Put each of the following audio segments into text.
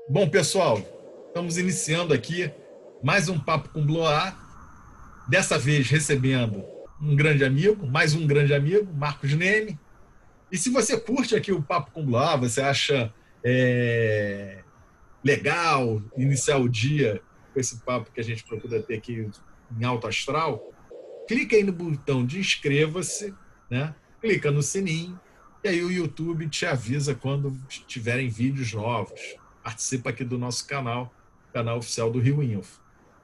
Bom, pessoal, estamos iniciando aqui mais um Papo com Bloá, dessa vez recebendo um grande amigo, mais um grande amigo, Marcos Neme. E se você curte aqui o Papo com Bloá, você acha legal iniciar o dia com esse papo que a gente procura ter aqui em alto astral, clica aí no botão de inscreva-se, né? Clica no sininho, e aí o YouTube te avisa quando tiverem vídeos novos. Participa aqui do nosso canal, canal oficial do Rio Info.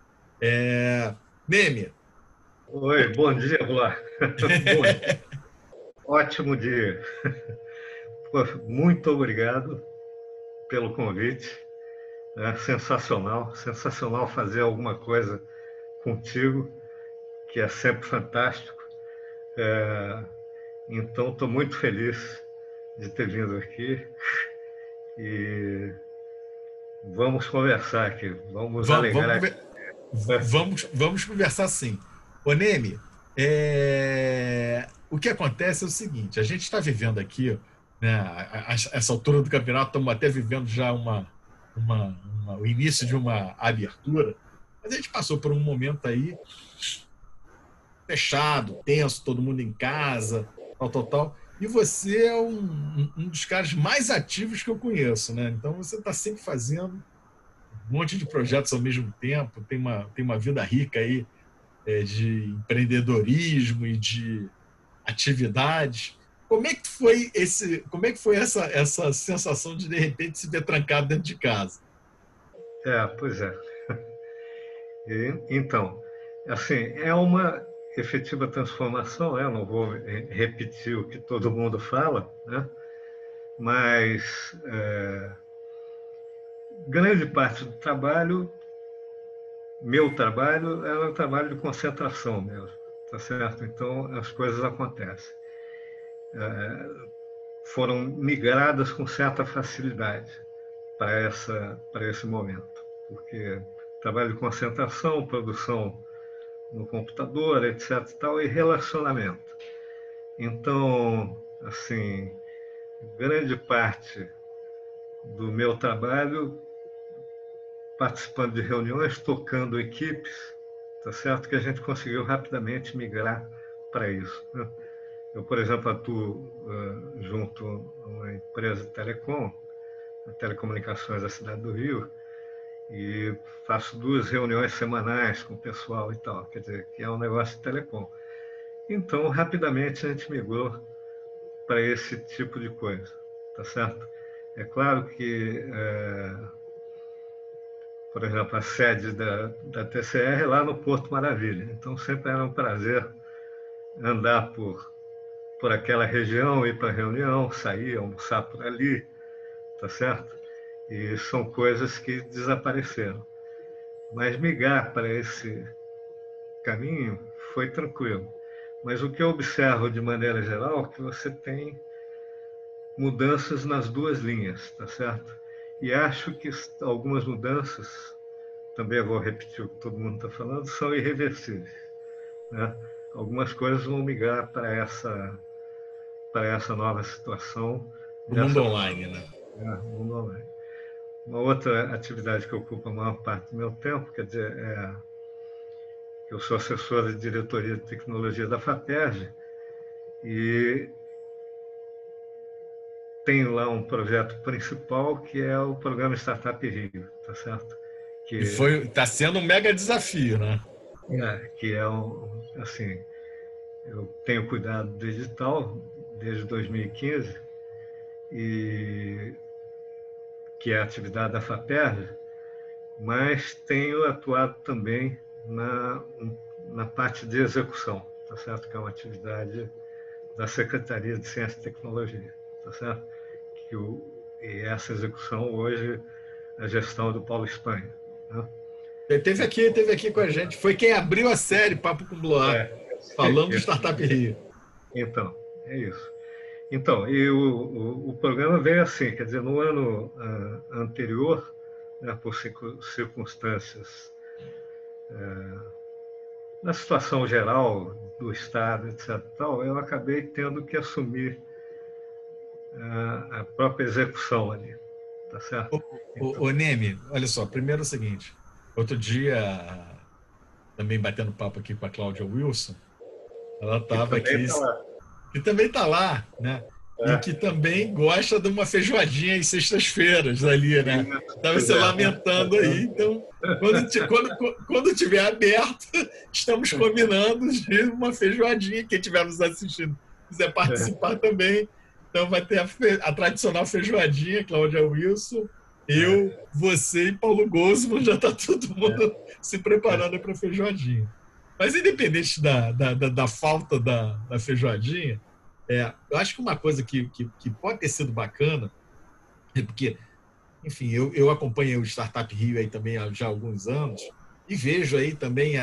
Neme. Oi, bom dia, Blá. Bom dia. Ótimo dia. Pô, muito obrigado pelo convite. É sensacional, sensacional fazer alguma coisa contigo, que é sempre fantástico. Então, estou muito feliz de ter vindo aqui e vamos conversar aqui, vamos Vamos, vamos, alegrar. vamos conversar sim. Ô, Neme, o que acontece é o seguinte: a gente está vivendo aqui, né, essa altura do campeonato, estamos até vivendo já o início de uma abertura, mas a gente passou por um momento aí fechado, tenso, todo mundo em casa, tal, tal, tal. E você é um dos caras mais ativos que eu conheço, né? Então você está sempre fazendo um monte de projetos ao mesmo tempo, tem uma vida rica aí de empreendedorismo e de atividades. Como é que foi essa sensação de repente se ver trancado dentro de casa? Pois é. Então, assim, é uma efetiva transformação, né? Eu não vou repetir o que todo mundo fala, né? Mas grande parte do trabalho, meu trabalho, é um trabalho de concentração mesmo, tá certo? Então, as coisas acontecem. Foram migradas com certa facilidade para esse momento, porque trabalho de concentração, produção no computador, etc. e tal, e relacionamento. Então, assim, grande parte do meu trabalho participando de reuniões, tocando equipes, tá certo? Que a gente conseguiu rapidamente migrar para isso, né? Eu, por exemplo, atuo junto a uma empresa de telecom, a Telecomunicações da cidade do Rio, e faço 2 reuniões semanais com o pessoal e tal, quer dizer, que é um negócio de telecom. Então, rapidamente a gente migrou para esse tipo de coisa, tá certo? É claro que, por exemplo, a sede da TCR é lá no Porto Maravilha, então sempre era um prazer andar por aquela região, ir para reunião, sair, almoçar por ali, tá certo? E são coisas que desapareceram. Mas migrar para esse caminho foi tranquilo. Mas o que eu observo de maneira geral é que você tem mudanças nas duas linhas, tá certo? E acho que algumas mudanças, também vou repetir o que todo mundo está falando, são irreversíveis, né? Algumas coisas vão migrar para essa nova situação, No mundo dessa online, né? mundo online. Uma outra atividade que ocupa a maior parte do meu tempo, quer dizer, eu sou assessor de diretoria de tecnologia da FAPERJ e tenho lá um projeto principal que é o programa Startup Rio, tá certo? Tá sendo um mega desafio, né? Que é assim, eu tenho cuidado do digital desde 2015 e que é a atividade da FAPERJ, mas tenho atuado também na parte de execução, tá certo? Que é uma atividade da Secretaria de Ciência e Tecnologia, tá certo? E essa execução hoje a gestão do Paulo Espanha, né? Teve aqui com a gente. Foi quem abriu a série Papo com Bloá, falando do Startup Rio. Então, é isso. Então, e o programa veio assim, quer dizer, no ano anterior, né, por circunstâncias, na situação geral do Estado, etc., tal, eu acabei tendo que assumir a própria execução ali. tá certo? Ô, Neme, olha só, primeiro é o seguinte, outro dia, também batendo papo aqui com a Cláudia Wilson, ela Que estava também aqui, está lá. que também está lá, né? E É, que também gosta de uma feijoadinha às sextas-feiras ali, né? isso, Estava pois se é. lamentando aí. Então, quando tiver aberto, estamos combinando de uma feijoadinha. Quem estiver nos assistindo quiser É, participar também. Então, vai ter a tradicional feijoadinha, Cláudia Wilson, eu, é, você e Paulo Gozman. Já está todo é, mundo se preparando para a feijoadinha. Mas, independente da falta da feijoadinha, eu acho que uma coisa que pode ter sido bacana é porque, enfim, eu acompanho o Startup Rio aí também há já alguns anos e vejo aí também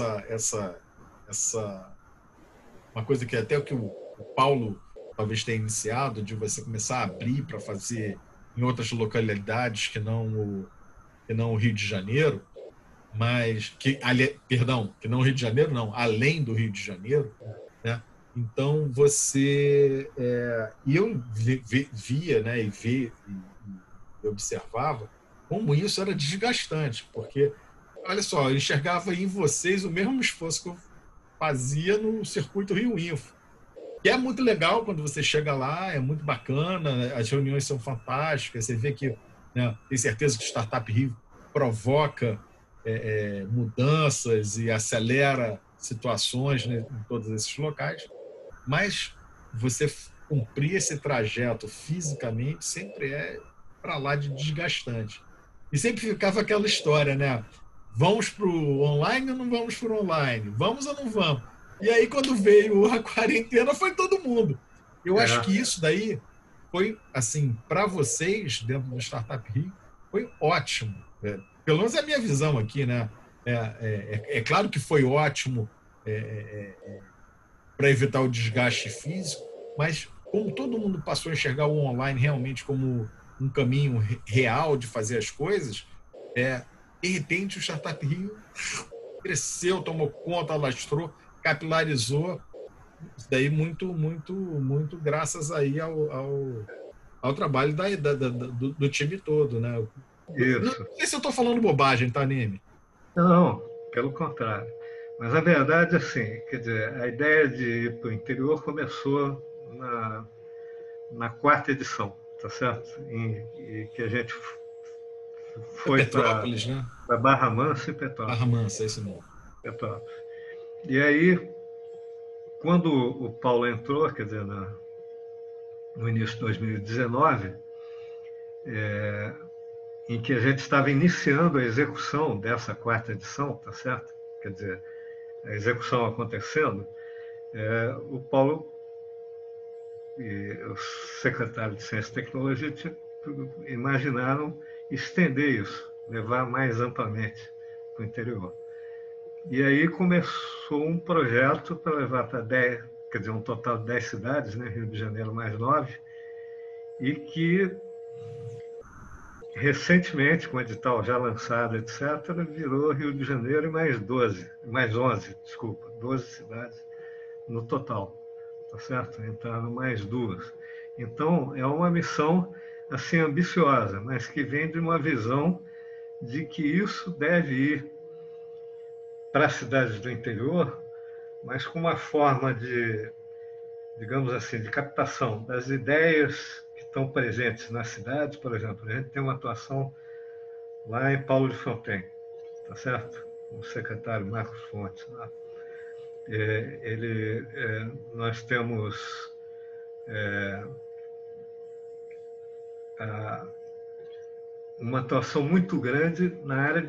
essa uma coisa que até o que o Paulo talvez tenha iniciado, de você começar a abrir para fazer em outras localidades que não o Rio de Janeiro, mas perdão, que não o Rio de Janeiro, não, além do Rio de Janeiro, né? Então e eu via, né, e observava como isso era desgastante, porque olha só, eu enxergava em vocês o mesmo esforço que eu fazia no circuito Rio Info, que é muito legal quando você chega lá, é muito bacana, as reuniões são fantásticas, você vê que, né, tem certeza que o Startup Rio provoca mudanças e acelera situações, né, em todos esses locais, mas você cumprir esse trajeto fisicamente sempre é para lá de desgastante. E sempre ficava aquela história, né? Vamos para o online ou não vamos para o online? Vamos ou não vamos? E aí, quando veio a quarentena, foi todo mundo. Eu acho que é, isso daí foi, assim, para vocês, dentro do Startup Rio, foi ótimo. Pelo menos é a minha visão aqui, né? É claro que foi ótimo para evitar o desgaste físico, mas como todo mundo passou a enxergar o online realmente como um caminho real de fazer as coisas, de repente o Startup Rio cresceu, tomou conta, alastrou, capilarizou. Isso daí muito graças aí ao trabalho do time todo, né? Não isso. sei se eu estou falando bobagem, tá, Nime? Não, pelo contrário. Mas a verdade, assim, quer dizer, a ideia de ir para o interior começou na quarta edição, tá certo? Em que a gente É foi para Petrópolis, né? Barra Mansa e Barra Petrópolis. Mansa, é isso mesmo. Petrópolis. E aí, quando o Paulo entrou, quer dizer, no início de 2019, em que a gente estava iniciando a execução dessa quarta edição, tá certo? Quer dizer, a execução acontecendo, o Paulo e o secretário de Ciência e Tecnologia imaginaram estender isso, levar mais amplamente para o interior. E aí começou um projeto para levar para 10, quer dizer, um total de 10 cidades, né? Rio de Janeiro mais 9, e que recentemente, com o edital já lançado, etc., virou Rio de Janeiro e mais 11, desculpa, 12 cidades no total, tá certo? Entraram mais duas. Então, é uma missão assim ambiciosa, mas que vem de uma visão de que isso deve ir para as cidades do interior, mas com uma forma de, digamos assim, de captação das ideias que estão presentes nas cidades. Por exemplo, a gente tem uma atuação lá em Paulo de Fronten, tá certo? O secretário Marcos Fontes lá. Nós temos uma atuação muito grande na área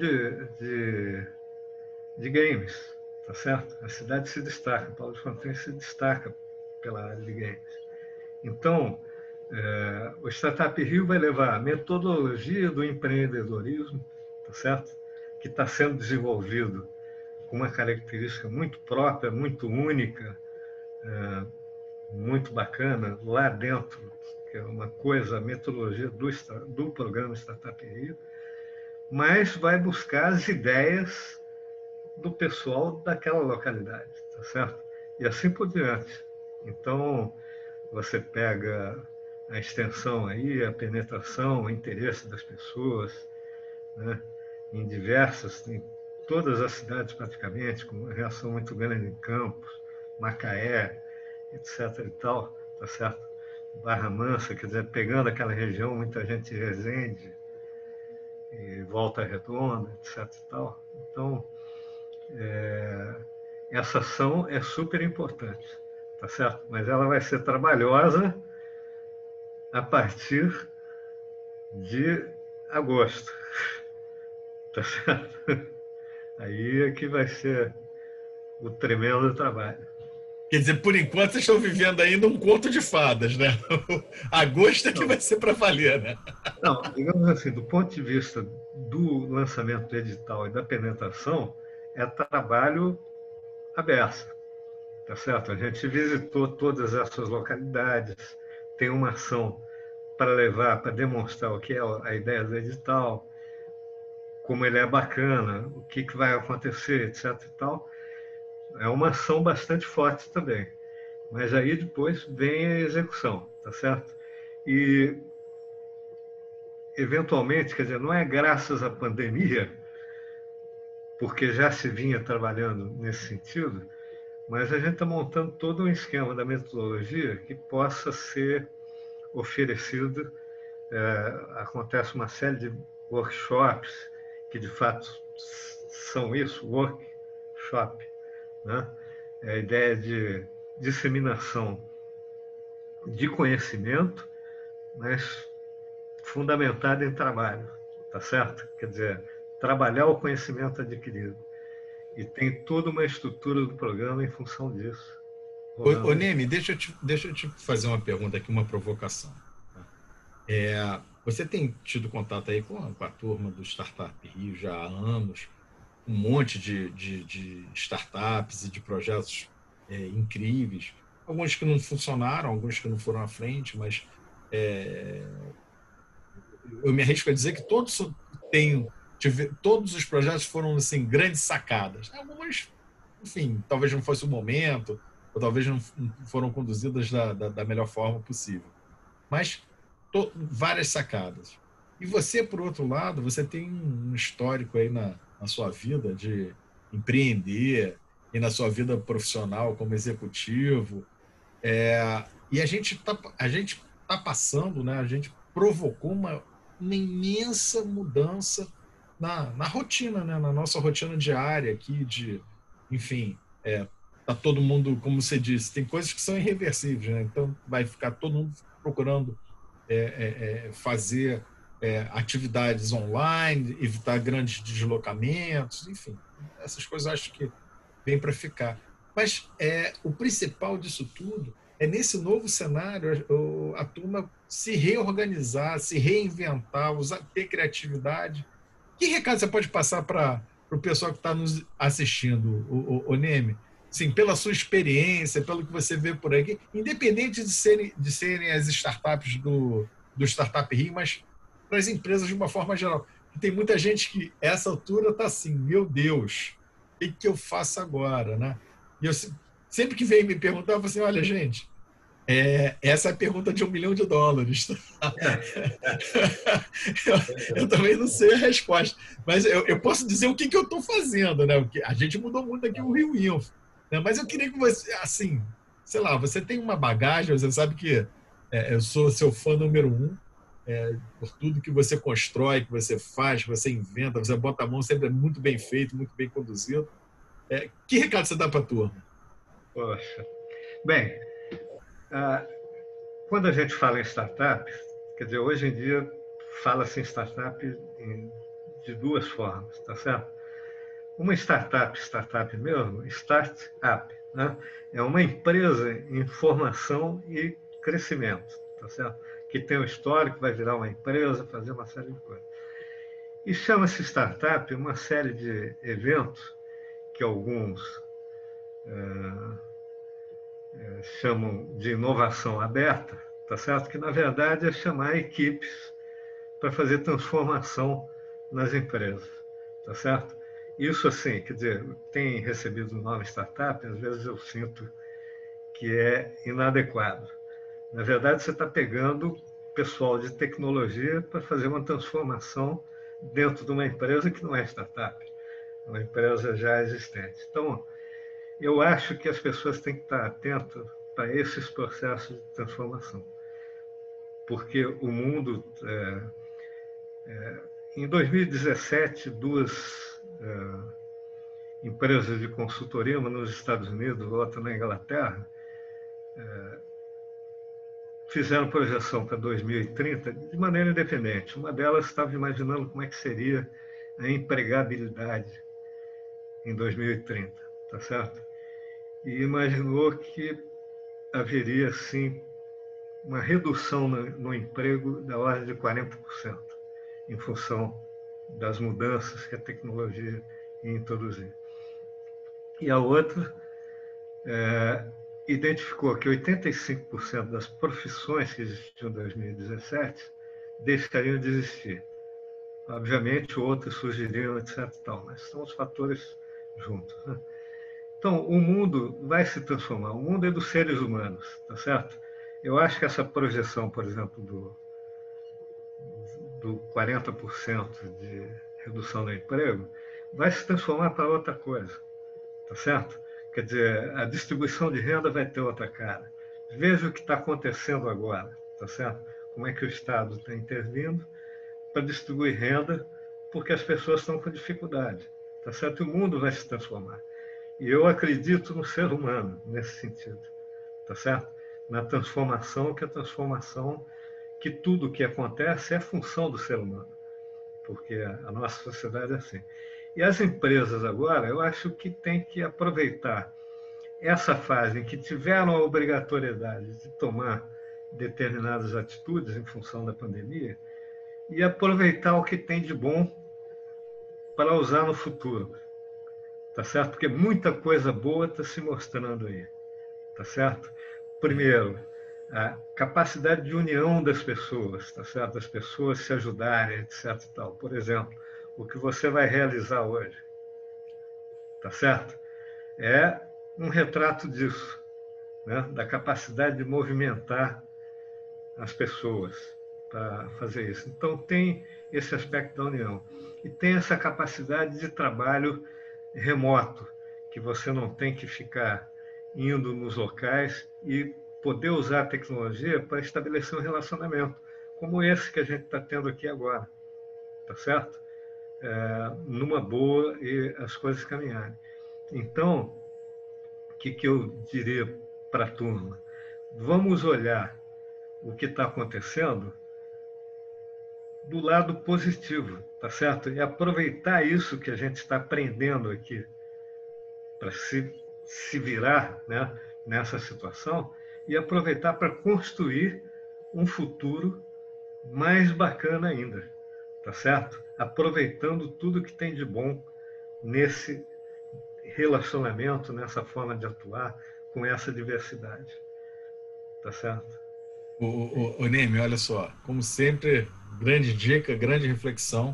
de games, tá certo? A cidade se destaca, Paulo de Fronten se destaca pela área de games. Então, o Startup Rio vai levar a metodologia do empreendedorismo, tá certo? Que está sendo desenvolvido com uma característica muito própria, muito única, muito bacana, lá dentro, que é uma coisa, a metodologia do programa Startup Rio, mas vai buscar as ideias do pessoal daquela localidade, tá certo? E assim por diante. Então, você pega a extensão aí, a penetração, o interesse das pessoas, né, em todas as cidades praticamente, com uma reação muito grande em Campos, Macaé, etc. e tal, tá certo? Barra Mansa, quer dizer, pegando aquela região, muita gente de Resende, e Volta Redonda, etc. e tal. Então, essa ação é super importante, tá certo? Mas ela vai ser trabalhosa a partir de agosto, tá certo? Aí é que vai ser o tremendo trabalho. Quer dizer, por enquanto vocês estão vivendo ainda um conto de fadas, né? Agosto é que Não, vai ser para valer, né? não, digamos assim, do ponto de vista do lançamento do edital e da penetração, é trabalho aberto, tá certo? A gente visitou todas essas localidades, tem uma ação para levar, para demonstrar o que é a ideia do edital, como ele é bacana, o que vai acontecer, etc. e tal. É uma ação bastante forte também. Mas aí depois vem a execução, tá certo? E, eventualmente, quer dizer, não é graças à pandemia, porque já se vinha trabalhando nesse sentido, mas a gente está montando todo um esquema da metodologia que possa ser oferecido. Acontece uma série de workshops que, de fato, são isso, workshop, né? É a ideia de disseminação de conhecimento, mas fundamentada em trabalho, tá certo? Quer dizer, trabalhar o conhecimento adquirido. E tem toda uma estrutura do programa em função disso. Ô Neme, deixa eu te fazer uma pergunta aqui, uma provocação. Você tem tido contato aí com a turma do Startup Rio já há anos, um monte de startups e de projetos incríveis, alguns que não funcionaram, alguns que não foram à frente, mas é, eu me arrisco a dizer que todos os projetos foram assim grandes sacadas. Algumas, enfim, talvez não fosse o momento, ou talvez não foram conduzidas da melhor forma possível. Mas várias sacadas. E você, por outro lado, você tem um histórico aí na sua vida de empreender e na sua vida profissional como executivo. E a gente tá passando, né? A gente provocou uma imensa mudança na rotina, né? Na nossa rotina diária aqui enfim, tá todo mundo, como você disse, tem coisas que são irreversíveis, né? Então vai ficar todo mundo procurando fazer atividades online, evitar grandes deslocamentos, enfim, essas coisas acho que vem para ficar. Mas o principal disso tudo é, nesse novo cenário, a turma se reorganizar, se reinventar, ter criatividade. Que recado você pode passar para o pessoal que está nos assistindo, o Neme? Sim, pela sua experiência, pelo que você vê por aí, independente de serem as startups do Startup Rio, mas para as empresas de uma forma geral. Tem muita gente que, a essa altura, está assim, meu Deus, o que eu faço agora, né? E eu sempre que vem me perguntar, eu falo assim, olha, gente, essa é a pergunta de $1 milhão. Eu também não sei a resposta, mas eu posso dizer o que eu estou fazendo, né? A gente mudou muito aqui o Rio Info, né? Mas eu queria que você, assim, sei lá, você tem uma bagagem, você sabe que eu sou seu fã número um, por tudo que você constrói, que você faz, que você inventa, você bota a mão, sempre é muito bem feito, muito bem conduzido. Que recado você dá para a turma? Poxa. Bem, quando a gente fala em startup, quer dizer, hoje em dia fala-se em startup de duas formas, tá certo? Uma startup mesmo, startup, né? É uma empresa em formação e crescimento, tá certo? Que tem um histórico, vai virar uma empresa, fazer uma série de coisas. E chama-se startup uma série de eventos que alguns chamam de inovação aberta, tá certo? Que na verdade é chamar equipes para fazer transformação nas empresas, tá certo? Isso assim, quer dizer, tem recebido o nome startup, às vezes eu sinto que é inadequado, Na verdade, você está pegando pessoal de tecnologia para fazer uma transformação dentro de uma empresa que não é startup, é uma empresa já existente. Então, eu acho que as pessoas têm que estar atentas para esses processos de transformação, porque o mundo... Em 2017, duas empresas de consultoria, uma nos Estados Unidos, outra na Inglaterra, fizeram projeção para 2030 de maneira independente. Uma delas estava imaginando como é que seria a empregabilidade em 2030, tá certo? E imaginou que haveria, sim, uma redução no emprego da ordem de 40%, em função das mudanças que a tecnologia ia introduzir. E a outra identificou que 85% das profissões que existiam em 2017 deixariam de existir. Obviamente, outras surgiriam, etc. Mas são os fatores juntos, né? Então, o mundo vai se transformar. O mundo é dos seres humanos, tá certo? Eu acho que essa projeção, por exemplo, do 40% de redução do emprego, vai se transformar para outra coisa, tá certo? Quer dizer, a distribuição de renda vai ter outra cara. Veja o que está acontecendo agora, tá certo? Como é que o Estado está intervindo para distribuir renda, porque as pessoas estão com dificuldade, tá certo? E o mundo vai se transformar. E eu acredito no ser humano nesse sentido, tá certo? Na transformação, que a transformação, que tudo que acontece é função do ser humano, porque a nossa sociedade é assim. E as empresas agora, eu acho que tem que aproveitar essa fase em que tiveram a obrigatoriedade de tomar determinadas atitudes em função da pandemia e aproveitar o que tem de bom para usar no futuro, tá certo? Porque muita coisa boa está se mostrando aí, tá certo? Primeiro, a capacidade de união das pessoas, tá certo? Das pessoas se ajudarem, etc. E tal. Por exemplo, o que você vai realizar hoje, tá certo? É um retrato disso, né? Da capacidade de movimentar as pessoas para fazer isso. Então, tem esse aspecto da união. E tem essa capacidade de trabalho remoto, que você não tem que ficar indo nos locais e poder usar a tecnologia para estabelecer um relacionamento, como esse que a gente está tendo aqui agora, tá certo? Numa boa e as coisas caminharem. Então, o que eu diria para a turma? Vamos olhar o que está acontecendo do lado positivo, tá certo? E aproveitar isso que a gente está aprendendo aqui para se virar, né, nessa situação e aproveitar para construir um futuro mais bacana ainda, tá certo? Aproveitando tudo que tem de bom nesse relacionamento, nessa forma de atuar com essa diversidade, tá certo? O Neme, olha só, como sempre, grande dica, grande reflexão.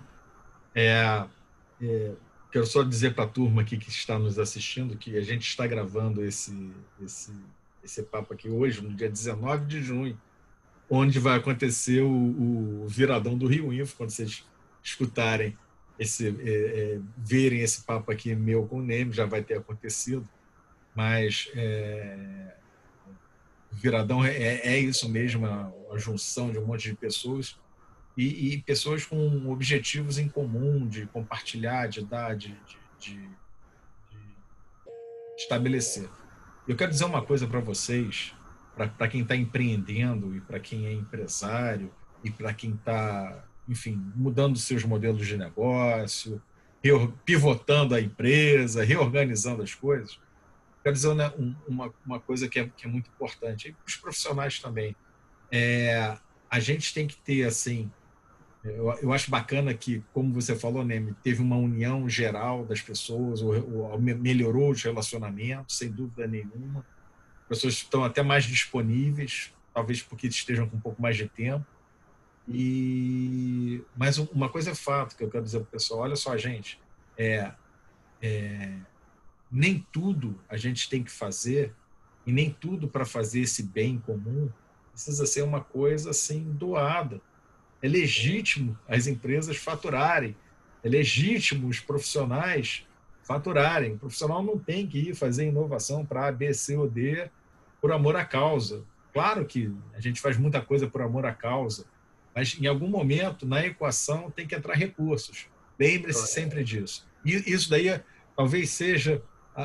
Quero só dizer para a turma aqui que está nos assistindo que a gente está gravando esse papo aqui hoje, no dia 19 de junho, onde vai acontecer o Viradão do Rio Info, quando vocês escutarem, verem esse papo aqui meu com o Neme, já vai ter acontecido, mas o Viradão é isso mesmo, a junção de um monte de pessoas e pessoas com objetivos em comum, de compartilhar, de dar, de estabelecer. Eu quero dizer uma coisa para vocês, para quem está empreendendo e para quem é empresário e para quem está, enfim, mudando seus modelos de negócio, pivotando a empresa, reorganizando as coisas. Quero dizer uma coisa que é muito importante, e para os profissionais também. A gente tem que ter, assim, eu acho bacana que, como você falou, Neme, teve uma união geral das pessoas, melhorou os relacionamentos, sem dúvida nenhuma. As pessoas estão até mais disponíveis, talvez porque estejam com um pouco mais de tempo. Mas uma coisa é fato que eu quero dizer para o pessoal: olha só, gente, nem tudo a gente tem que fazer, e nem tudo para fazer esse bem comum precisa ser uma coisa assim doada. É legítimo as empresas faturarem, é legítimo os profissionais faturarem. O profissional não tem que ir fazer inovação para A, B, C ou D por amor à causa. Claro que a gente faz muita coisa por amor à causa, mas em algum momento na equação tem que entrar recursos. Lembre-se sempre disso. E isso daí talvez seja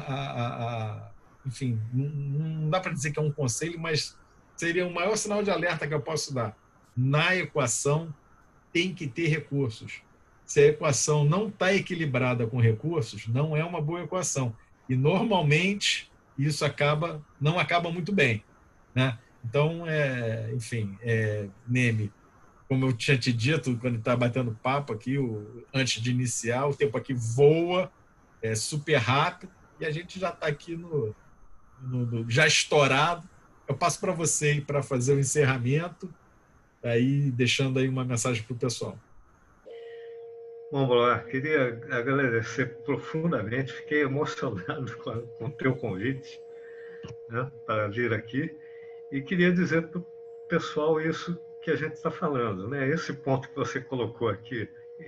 enfim, não dá para dizer que é um conselho, mas seria o maior sinal de alerta que eu posso dar. Na equação tem que ter recursos. Se a equação não está equilibrada com recursos, não é uma boa equação. E normalmente isso não acaba muito bem, né? Então, enfim, Neme, como eu tinha te dito quando estava batendo papo aqui, antes de iniciar, o tempo aqui voa, é super rápido, e a gente já está aqui já estourado. Eu passo para você aí para fazer o encerramento, aí deixando aí uma mensagem para o pessoal. Vamos lá, queria agradecer profundamente, fiquei emocionado com o teu convite, né, para vir aqui, e queria dizer para o pessoal isso que a gente está falando, né? Esse ponto que você colocou aqui,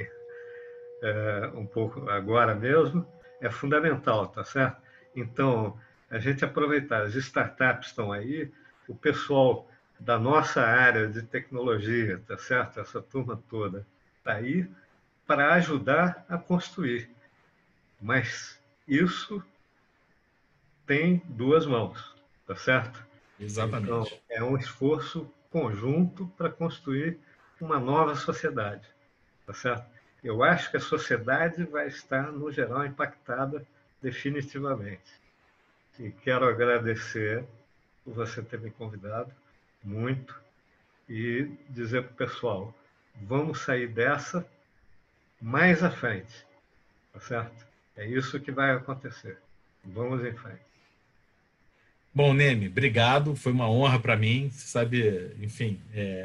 um pouco agora mesmo, é fundamental, tá certo? Então, a gente aproveitar, as startups estão aí, o pessoal da nossa área de tecnologia, tá certo? Essa turma toda está aí para ajudar a construir. Mas isso tem duas mãos, tá certo? Exatamente. Então, é um esforço conjunto para construir uma nova sociedade, tá certo? Eu acho que a sociedade vai estar, no geral, impactada definitivamente. E quero agradecer por você ter me convidado muito e dizer para o pessoal, vamos sair dessa mais à frente, tá certo? É isso que vai acontecer. Vamos em frente. Bom, Neme, obrigado. Foi uma honra para mim. Você sabe, enfim,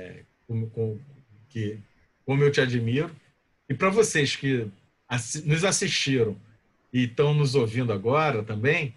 como eu te admiro. E para vocês que nos assistiram e estão nos ouvindo agora também,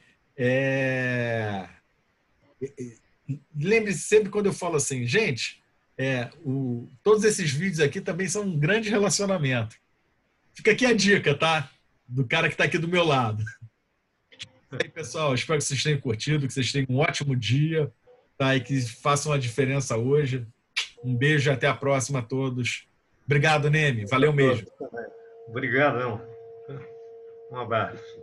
lembre-se sempre quando eu falo assim, gente, todos esses vídeos aqui também são um grande relacionamento. Fica aqui a dica, tá? Do cara que está aqui do meu lado. E aí, pessoal, espero que vocês tenham curtido, que vocês tenham um ótimo dia, tá? E que façam a diferença hoje. Um beijo e até a próxima a todos. Obrigado, Neme. Valeu mesmo. Obrigado. Um abraço.